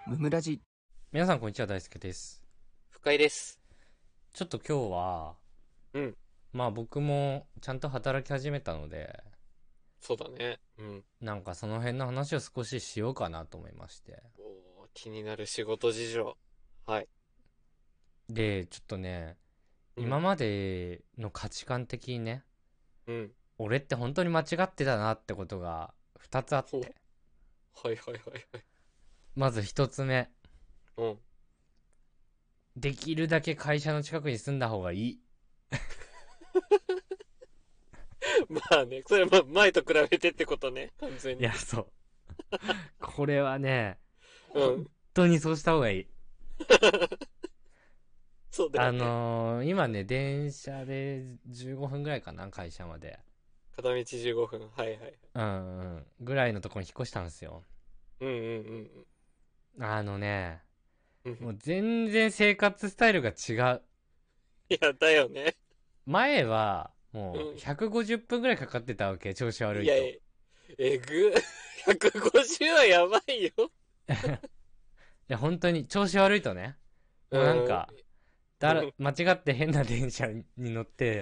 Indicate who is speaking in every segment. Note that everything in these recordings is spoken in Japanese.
Speaker 1: ムムラジ。
Speaker 2: 皆さんこんにちは、大輔です。
Speaker 3: 深井です。
Speaker 2: ちょっと今日は、
Speaker 3: うん。
Speaker 2: まあ僕もちゃんと働き始めたので、
Speaker 3: そうだね。うん。
Speaker 2: なんかその辺の話を少ししようかなと思いまして。
Speaker 3: 気になる仕事事情。はい。
Speaker 2: で、ちょっとね、
Speaker 3: うん。
Speaker 2: 今までの価値観的にね、
Speaker 3: うん。
Speaker 2: 俺って本当に間違ってたなってことが2つあっ
Speaker 3: ほう。
Speaker 2: て。
Speaker 3: はいはいはいはい。
Speaker 2: まず1つ目、
Speaker 3: うん。
Speaker 2: できるだけ会社の近くに住んだ方がいい。
Speaker 3: まあね、それ前と比べてってことね。完全に。
Speaker 2: いや、そう。これはね、本
Speaker 3: うん。
Speaker 2: 当にそうした方がいい。
Speaker 3: そうだよね。
Speaker 2: 今ね、電車で15分ぐらいかな、会社まで。
Speaker 3: 片道15分。はいはいはい。
Speaker 2: うんうん。ぐらいのところに引っ越したんですよ。
Speaker 3: うんうんうん
Speaker 2: あのね、
Speaker 3: うん。うん。
Speaker 2: もう全然生活スタイルが違う。
Speaker 3: いや、だよね。
Speaker 2: 前は、もう
Speaker 3: うん。
Speaker 2: 150分ぐらいかかってたわけ、調子悪
Speaker 3: いや、
Speaker 2: いと。
Speaker 3: えぐ。150はやばいよ。
Speaker 2: いや、本当に、調子悪いとね、もうなん
Speaker 3: うん。
Speaker 2: か、
Speaker 3: うん。
Speaker 2: 間違って変な電車に乗って、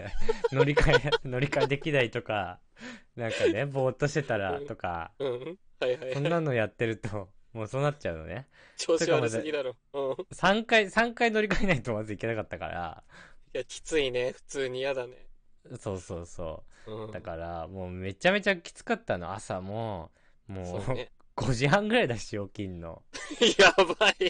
Speaker 2: 乗り換えできないとか、なんかね、ぼーっとしてたらとか、
Speaker 3: うん。はいはい
Speaker 2: そん
Speaker 3: はい。
Speaker 2: なのやってると、もうそうなっちゃうのね。
Speaker 3: 調子
Speaker 2: というかまず、
Speaker 3: 悪すぎだろ。うん。
Speaker 2: 3回乗り換えないとまずいけなかったから、
Speaker 3: いや、きついね。普通に嫌だね。
Speaker 2: そうそうそう。だ
Speaker 3: うん。
Speaker 2: から、もうめちゃめちゃきつかったの、朝も。もう、
Speaker 3: そうね。
Speaker 2: 5時半ぐらいだし、起きんの。
Speaker 3: やばい。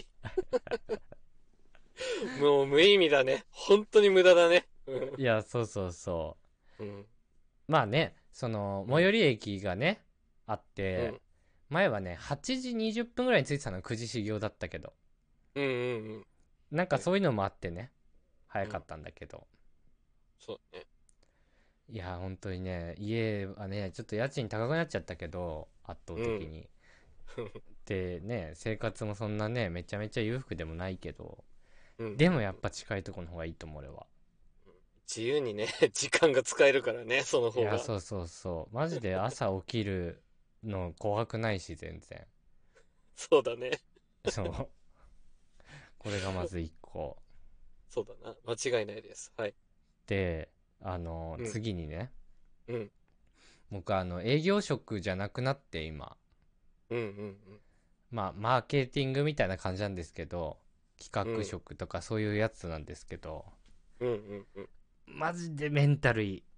Speaker 3: もう無意味だね。本当に無駄だね。うん。
Speaker 2: いや、そうそうそ
Speaker 3: うん。
Speaker 2: う。まあね、
Speaker 3: うん。
Speaker 2: 最寄り駅がね、あって、
Speaker 3: うん。
Speaker 2: 前はね、8時20分ぐらいに着いてたの、9時始業だったけど。
Speaker 3: うん。うん。
Speaker 2: なんか
Speaker 3: はい。
Speaker 2: そういうのもあってね、早
Speaker 3: うん。
Speaker 2: かったんだけど。
Speaker 3: そうね。
Speaker 2: いや、本当にね、家はね、ちょっと家賃高くなっちゃったけど、圧倒
Speaker 3: うん。
Speaker 2: 的に。でね、生活もそんなね、めちゃめちゃ裕福でもないけど、
Speaker 3: うん。うん。
Speaker 2: でもやっぱ近いところの方がいいと思う、俺は。
Speaker 3: 自由にね、時間が使えるからね、その
Speaker 2: いや、
Speaker 3: 方が。
Speaker 2: そうそうそう。マジで朝起きるの怖くないし、全然。
Speaker 3: そうだね。
Speaker 2: そう。これがまず一個。
Speaker 3: そうだな。間違いないです。はい。
Speaker 2: で、
Speaker 3: うん。
Speaker 2: 次にね、
Speaker 3: うん。
Speaker 2: 僕営業職じゃなくなって今、
Speaker 3: うん。うん。
Speaker 2: まあ、マーケティングみたいな感じなんですけど、企画
Speaker 3: うん。
Speaker 2: 職とかそういうやつなんですけど、
Speaker 3: うん。うん。うん。
Speaker 2: マジでメンタルいい。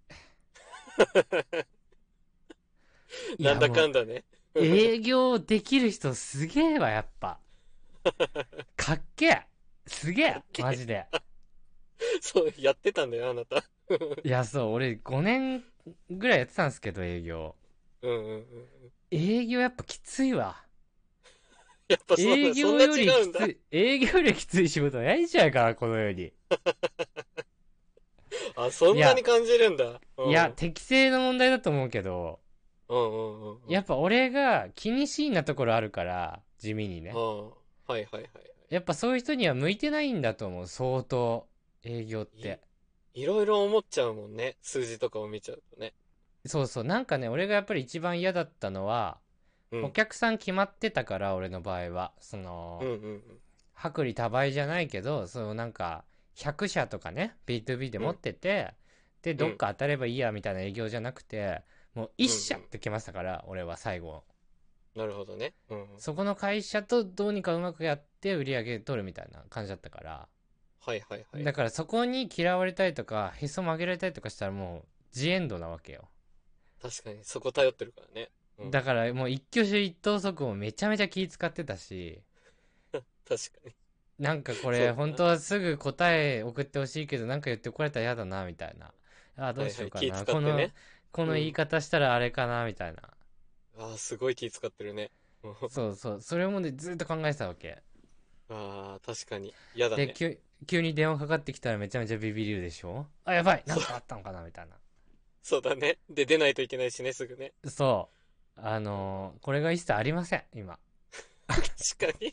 Speaker 2: い
Speaker 3: なんだ
Speaker 2: やもう、
Speaker 3: かんだね。
Speaker 2: 営業できる人すげえわ、やっぱ。かっけえ。すげえ。
Speaker 3: かっけえ。
Speaker 2: マジで。
Speaker 3: そう、やってたんだよ、あなた。
Speaker 2: いや、そう、俺5年ぐらいやってたんですけど、営業。
Speaker 3: うんうんうんうん。
Speaker 2: 営業やっぱきついわ。
Speaker 3: やっぱそんな
Speaker 2: 営業より
Speaker 3: 違うんだ。
Speaker 2: きつい、営業よりきつい仕事ないんじゃないかな、この世に。
Speaker 3: あ、そ
Speaker 2: いや、
Speaker 3: んなに感じるんだ。うん。
Speaker 2: 適性の問題だと思うけど、
Speaker 3: うんうんうんうん。
Speaker 2: やっぱ俺が気にしいなところあるから、地味にね。
Speaker 3: ああ、はいはいはいはい。
Speaker 2: やっぱそういう人には向いてないんだと思う、相当。営業っ
Speaker 3: い、
Speaker 2: て。
Speaker 3: いろいろ思っちゃうもんね。数字とかを見ちゃうとね。
Speaker 2: そうそう、なんかね、俺がやっぱり一番嫌だったのは、お
Speaker 3: うん。
Speaker 2: 客さん決まってたから、俺の場合は。
Speaker 3: うんうん
Speaker 2: 薄利多売じゃないけど、なんか、100社とかね、B2B で
Speaker 3: うん。
Speaker 2: 持ってて、で、
Speaker 3: うん。
Speaker 2: どっか当たればいいや、みたいな営業じゃなくて、もう1
Speaker 3: うんうん。
Speaker 2: 社って来ましたから、俺は最後。
Speaker 3: なるほどね。うんうん。
Speaker 2: そこの会社とどうにかうまくやって売り上げ取るみたいな感じだったから、
Speaker 3: はいはいはいはい。
Speaker 2: だからそこに嫌われたりとか、へそ曲げられたりとかしたらもう、ジエンドなわけよ。
Speaker 3: 確かに、そこ頼ってるからね。うん。
Speaker 2: だからもう一挙手一投足もめちゃめちゃ気使ってたし、
Speaker 3: 確かに。
Speaker 2: なんかこれ、
Speaker 3: そうだな。
Speaker 2: 本当はすぐ答え送ってほしいけど、なんか言って怒られたら嫌だな、みたいな。あ、どう
Speaker 3: はいはい。
Speaker 2: しようかな。
Speaker 3: 気使ってね。
Speaker 2: この言い
Speaker 3: うん。
Speaker 2: 方したらあれかな、みたいな。
Speaker 3: ああ、すごい気使ってるね。うん。
Speaker 2: そうそう。それもね、ずっと考えてたわけ。
Speaker 3: ああ、確かに。嫌だ
Speaker 2: で、
Speaker 3: ね。
Speaker 2: 急に電話かかってきたらめちゃめちゃビビるでしょ。あ、やばい、な
Speaker 3: そう、
Speaker 2: んかあったのかな、みたいな。
Speaker 3: そうだね。で、出ないといけないしね、すぐね。
Speaker 2: そう。
Speaker 3: ああ、
Speaker 2: これが一切ありません、今。
Speaker 3: 確かに。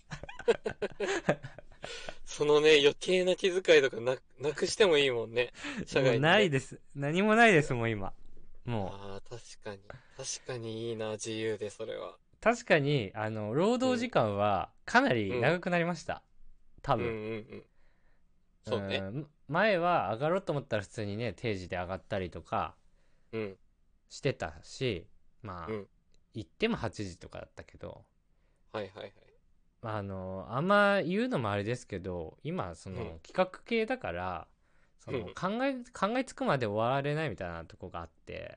Speaker 3: そのね、余計な気遣いとかなくしてもいいもんね。社
Speaker 2: もう
Speaker 3: 外にね。
Speaker 2: ないです。何もないです、もう今。もう。
Speaker 3: ああ、確かに。確かにいいな、自由で、それは。
Speaker 2: 確かに、労働時間はかなり
Speaker 3: うん。
Speaker 2: 長くなりました。多
Speaker 3: うんうん
Speaker 2: 分。
Speaker 3: うん。
Speaker 2: う
Speaker 3: そうね。
Speaker 2: 前は上がろうと思ったら普通にね、定時で上がったりとか
Speaker 3: うん。
Speaker 2: してたし、まあ、
Speaker 3: うん。
Speaker 2: 行っても8時とかだったけど、
Speaker 3: はいはいはい。
Speaker 2: あんま言うのもあれですけど、今、そ
Speaker 3: うん。
Speaker 2: の企画系だから、そ
Speaker 3: うん。
Speaker 2: の考えつくまで終われないみたいなとこがあって、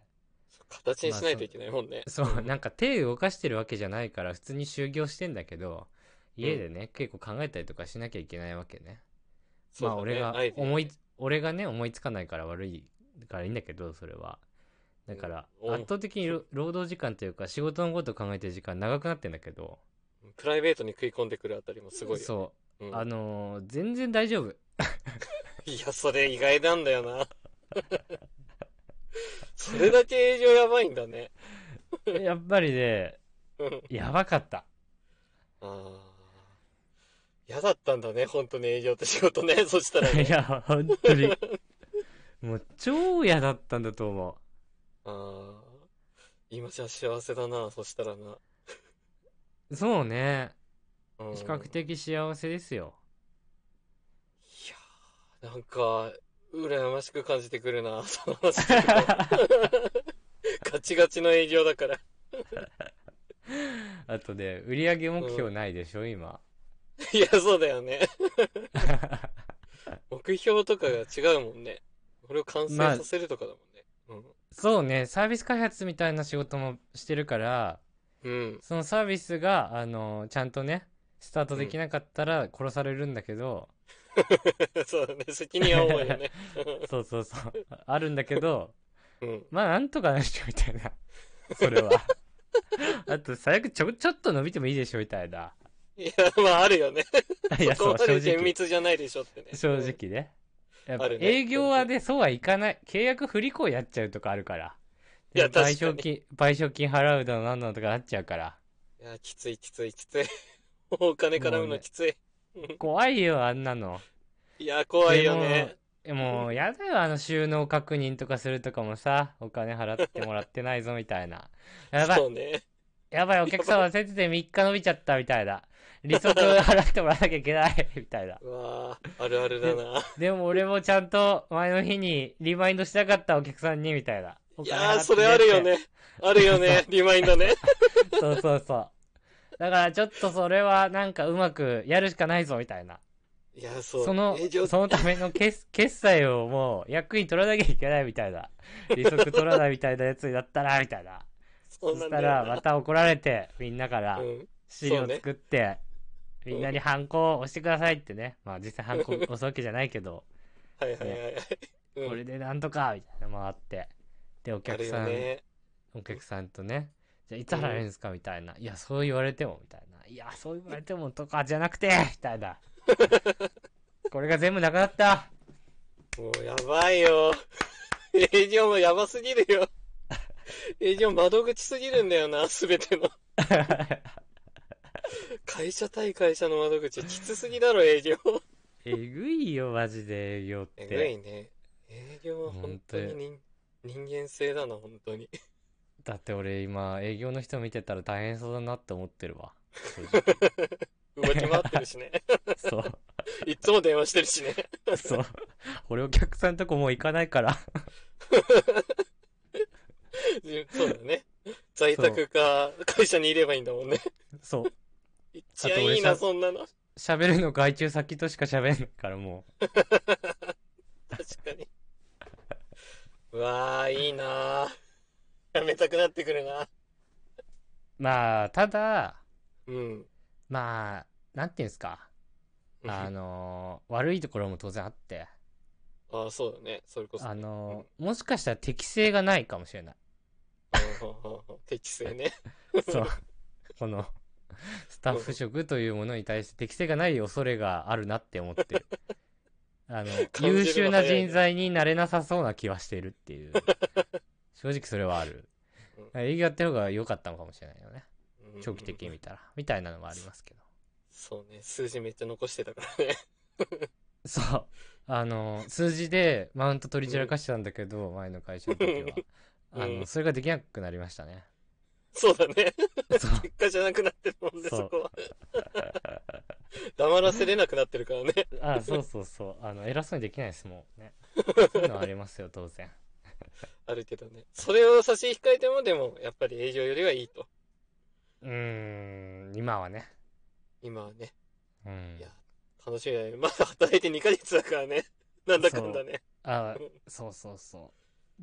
Speaker 3: 形に
Speaker 2: まあ、
Speaker 3: しないといけないもんね。
Speaker 2: そう、
Speaker 3: うん。
Speaker 2: なんか手動かしてるわけじゃないから普通に就業してんだけど、
Speaker 3: うん。
Speaker 2: 家でね、結構考えたりとかしなきゃいけないわけね。まあ
Speaker 3: そうだね。アイディアね。
Speaker 2: 俺がね、思いつかないから悪いからいいんだけど、それは。だから、
Speaker 3: うん。
Speaker 2: 圧倒的に労働時間というか仕事のことを考えてる時間長くなってんだけど、
Speaker 3: プライベートに食い込んでくるあたりもすごいよね。
Speaker 2: そう、
Speaker 3: うん。
Speaker 2: 全然大丈夫。
Speaker 3: いや、それ意外なんだよな。それだけ営業やばいんだね。
Speaker 2: やっぱりね、
Speaker 3: うん。
Speaker 2: やばかった。
Speaker 3: ああ。嫌だったんだね、本当に営業って仕事ね。そしたら
Speaker 2: い
Speaker 3: ね。
Speaker 2: や、本当に。もう超嫌だったんだと思
Speaker 3: ああ。今じゃ幸せだな、そしたらな。
Speaker 2: う。そうね。
Speaker 3: うん。
Speaker 2: 比較的幸せですよ。
Speaker 3: いやー、なんか、羨ましく感じてくるな、その話聞くと。ガチガチの営業だから。
Speaker 2: あとね、売上目標
Speaker 3: うん。
Speaker 2: ないでしょ、今。
Speaker 3: いや、そうだよね。目標とかが違うもんね。これを完成
Speaker 2: まあ、
Speaker 3: させるとかだもんね。
Speaker 2: そうね、サービス開発みたいな仕事もしてるから、
Speaker 3: うん。うん。
Speaker 2: そのサービスが、ちゃんとね、スタート
Speaker 3: うん。
Speaker 2: できなかったら殺されるんだけど、
Speaker 3: そうだね。責任は重いよね。
Speaker 2: そうそうそう、あるんだけど、
Speaker 3: うん。
Speaker 2: まあ、なんとかなるしょ、みたいな。それは。あと、最悪ちょっと伸びてもいいでしょ、みたいな。
Speaker 3: いや、まああるよね。
Speaker 2: いや、
Speaker 3: そこ
Speaker 2: そう、
Speaker 3: まで厳
Speaker 2: 正直。
Speaker 3: 密じゃないでしょってね。
Speaker 2: 正
Speaker 3: うん。
Speaker 2: 直ね。やっぱ
Speaker 3: あるね。
Speaker 2: 営業
Speaker 3: 本当に。い
Speaker 2: はね、そうはいかない。契約不履行やっちゃうとかあるから。で、
Speaker 3: や、確かに。
Speaker 2: 賠償金払うだのなんだのとかなっちゃうから。
Speaker 3: いや、きついきついきつい。お金絡むの
Speaker 2: もうね、
Speaker 3: きつい。うん。
Speaker 2: 怖いよ、あんなの。
Speaker 3: いや、怖いよ
Speaker 2: でも、
Speaker 3: ね。
Speaker 2: もう、やだよ、収納確認とかするとかもさ、お金払ってもらってないぞ、みたいな。やばい、
Speaker 3: そうね。
Speaker 2: やばい、お
Speaker 3: やばい。
Speaker 2: 客さん忘れてて3日伸びちゃった、みたいな。利息払ってもらわなきゃいけない、みたいな。
Speaker 3: うわあ、あるあるだ
Speaker 2: で、
Speaker 3: な。
Speaker 2: でも俺もちゃんと前の日にリマインドしたかったお客さんに、みたいな。お
Speaker 3: いやー、
Speaker 2: 金払っ
Speaker 3: それ
Speaker 2: てねって。
Speaker 3: あるよね。あるよ
Speaker 2: そう、
Speaker 3: ね。リマインドね。
Speaker 2: そうそうそう。だからちょっとそれはなんかうまくやるしかないぞ、みたいな。
Speaker 3: いや、そう。営業、
Speaker 2: そのための決済をもう役に取らなきゃいけないみたいな。利息取らないみたいなやつになったら、みたいな。
Speaker 3: そうなん
Speaker 2: そしたら、ま
Speaker 3: だよな。
Speaker 2: た怒られて、みんなから
Speaker 3: うん。
Speaker 2: 資料
Speaker 3: そうね。
Speaker 2: 作って、みんなに
Speaker 3: うん。
Speaker 2: ハンコを押してくださいってね。まあ実際ハンコ押すわけじゃないけど、
Speaker 3: はいはい
Speaker 2: ね。
Speaker 3: はいはい。うん。
Speaker 2: これでなんとか、みたいな回って。で、
Speaker 3: あるよね。
Speaker 2: お客さんとね、じゃあいつ
Speaker 3: うん。
Speaker 2: 払えるんですかみたいな。いや、そう言われても、みたいな。いや、そう言われてもとかじゃなくて、みたいな。これが全部なくなった。
Speaker 3: もうやばいよ。営業もやばすぎるよ。営業窓口すぎるんだよな、すべての。会社対会社の窓口、きつすぎだろ、営業。
Speaker 2: えぐいよ、マジで営業っ
Speaker 3: えぐ
Speaker 2: て。
Speaker 3: いね。営業は本
Speaker 2: 本当に。
Speaker 3: 当に人間性だな、本当に。
Speaker 2: だって俺今営業の人見てたら大変そうだなって思ってるわ。正直。
Speaker 3: 動き回ってるしね。
Speaker 2: そう。
Speaker 3: いつも電話してるしね。
Speaker 2: そう。俺お客さんとこもう行かないから。
Speaker 3: そうだね。在
Speaker 2: そ
Speaker 3: 宅か、会社にいればいいんだもんね。
Speaker 2: う。そう。あ
Speaker 3: 一番いいな、
Speaker 2: と俺
Speaker 3: そんなの。
Speaker 2: 喋るの外注先としか喋んないからも
Speaker 3: 確かに。うわー、いいなー。やめたくなってくるな。
Speaker 2: う。まあ、ただ、
Speaker 3: うん。
Speaker 2: まあ、なんていうんですか。悪いところも当然あって、
Speaker 3: ああ、そうだね。それこそね。うん。
Speaker 2: もしかしたら適性がないかもしれない。
Speaker 3: 適正ね。
Speaker 2: そう。この、スタッフ職というものに対して適性がない恐れがあるなって思ってる。優
Speaker 3: 感じる
Speaker 2: 秀な人
Speaker 3: の早いね。
Speaker 2: 材になれなさそうな気はしてるっていう。正直それはある。
Speaker 3: うん。
Speaker 2: 営業やってる方が良かったのかもしれないよね。
Speaker 3: うんうん
Speaker 2: 長期的
Speaker 3: うん。
Speaker 2: に見たら。みたいなのもありますけど。
Speaker 3: そうね。数字めっちゃ残してたからね。
Speaker 2: そう。数字でマウント取り
Speaker 3: うん。
Speaker 2: 散らかしてたんだけど、前の会社の時は。それができなくなりましたね。
Speaker 3: そうだね。
Speaker 2: そう
Speaker 3: 結果じゃなくなってるもんね、
Speaker 2: そう
Speaker 3: そこは。黙らせれなくなってるからね。
Speaker 2: そうそうそう。偉そうにできないですもんね。そういうのはありますよ、当然。
Speaker 3: あるけどね。それを差し控えても、でも、やっぱり営業よりはいいと。
Speaker 2: 今はね。
Speaker 3: 今はね。
Speaker 2: うん。
Speaker 3: いや、楽しみだね。まだ働いて2ヶ月だからね。なんだかんだね。
Speaker 2: そうそうそう。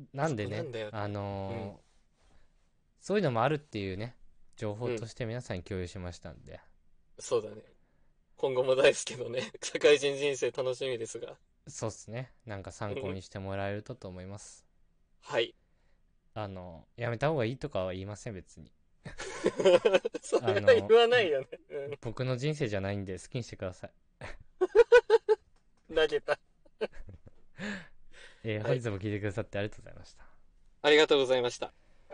Speaker 2: なんでね、
Speaker 3: そこなんだよ。うん。
Speaker 2: そういうのもあるっていうね、情報
Speaker 3: うん。
Speaker 2: として皆さんに共有しましたんで、
Speaker 3: そうだね。今後も大好きのね、社会人人生楽しみですが。
Speaker 2: そうっすね。なんか参考
Speaker 3: うん。
Speaker 2: にしてもらえると思います。
Speaker 3: はい。
Speaker 2: やめた方がいいとかは言いません、別に。
Speaker 3: それは
Speaker 2: あの、
Speaker 3: 言わないよね。
Speaker 2: 僕の人生じゃないんで好きにしてください。
Speaker 3: うん。投げた。はい。
Speaker 2: 本日も聞いてくださってありがとうございました。
Speaker 3: ありがとうございました。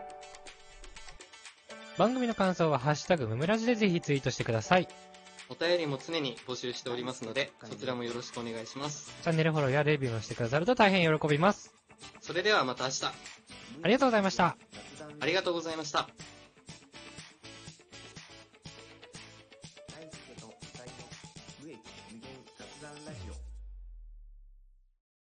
Speaker 2: 番組の感想はハッシュタグムムラジでぜひツイートしてください。
Speaker 3: お便りも常に募集しておりますので、そちらもよろしくお願いします。
Speaker 2: チャンネルフォローやレビューもしてくださると大変喜びます。
Speaker 3: それではまた明日。
Speaker 2: ありがとうございました。
Speaker 3: ありがとうございました。
Speaker 1: 大輔と二人の無益無限雑談ラジオ。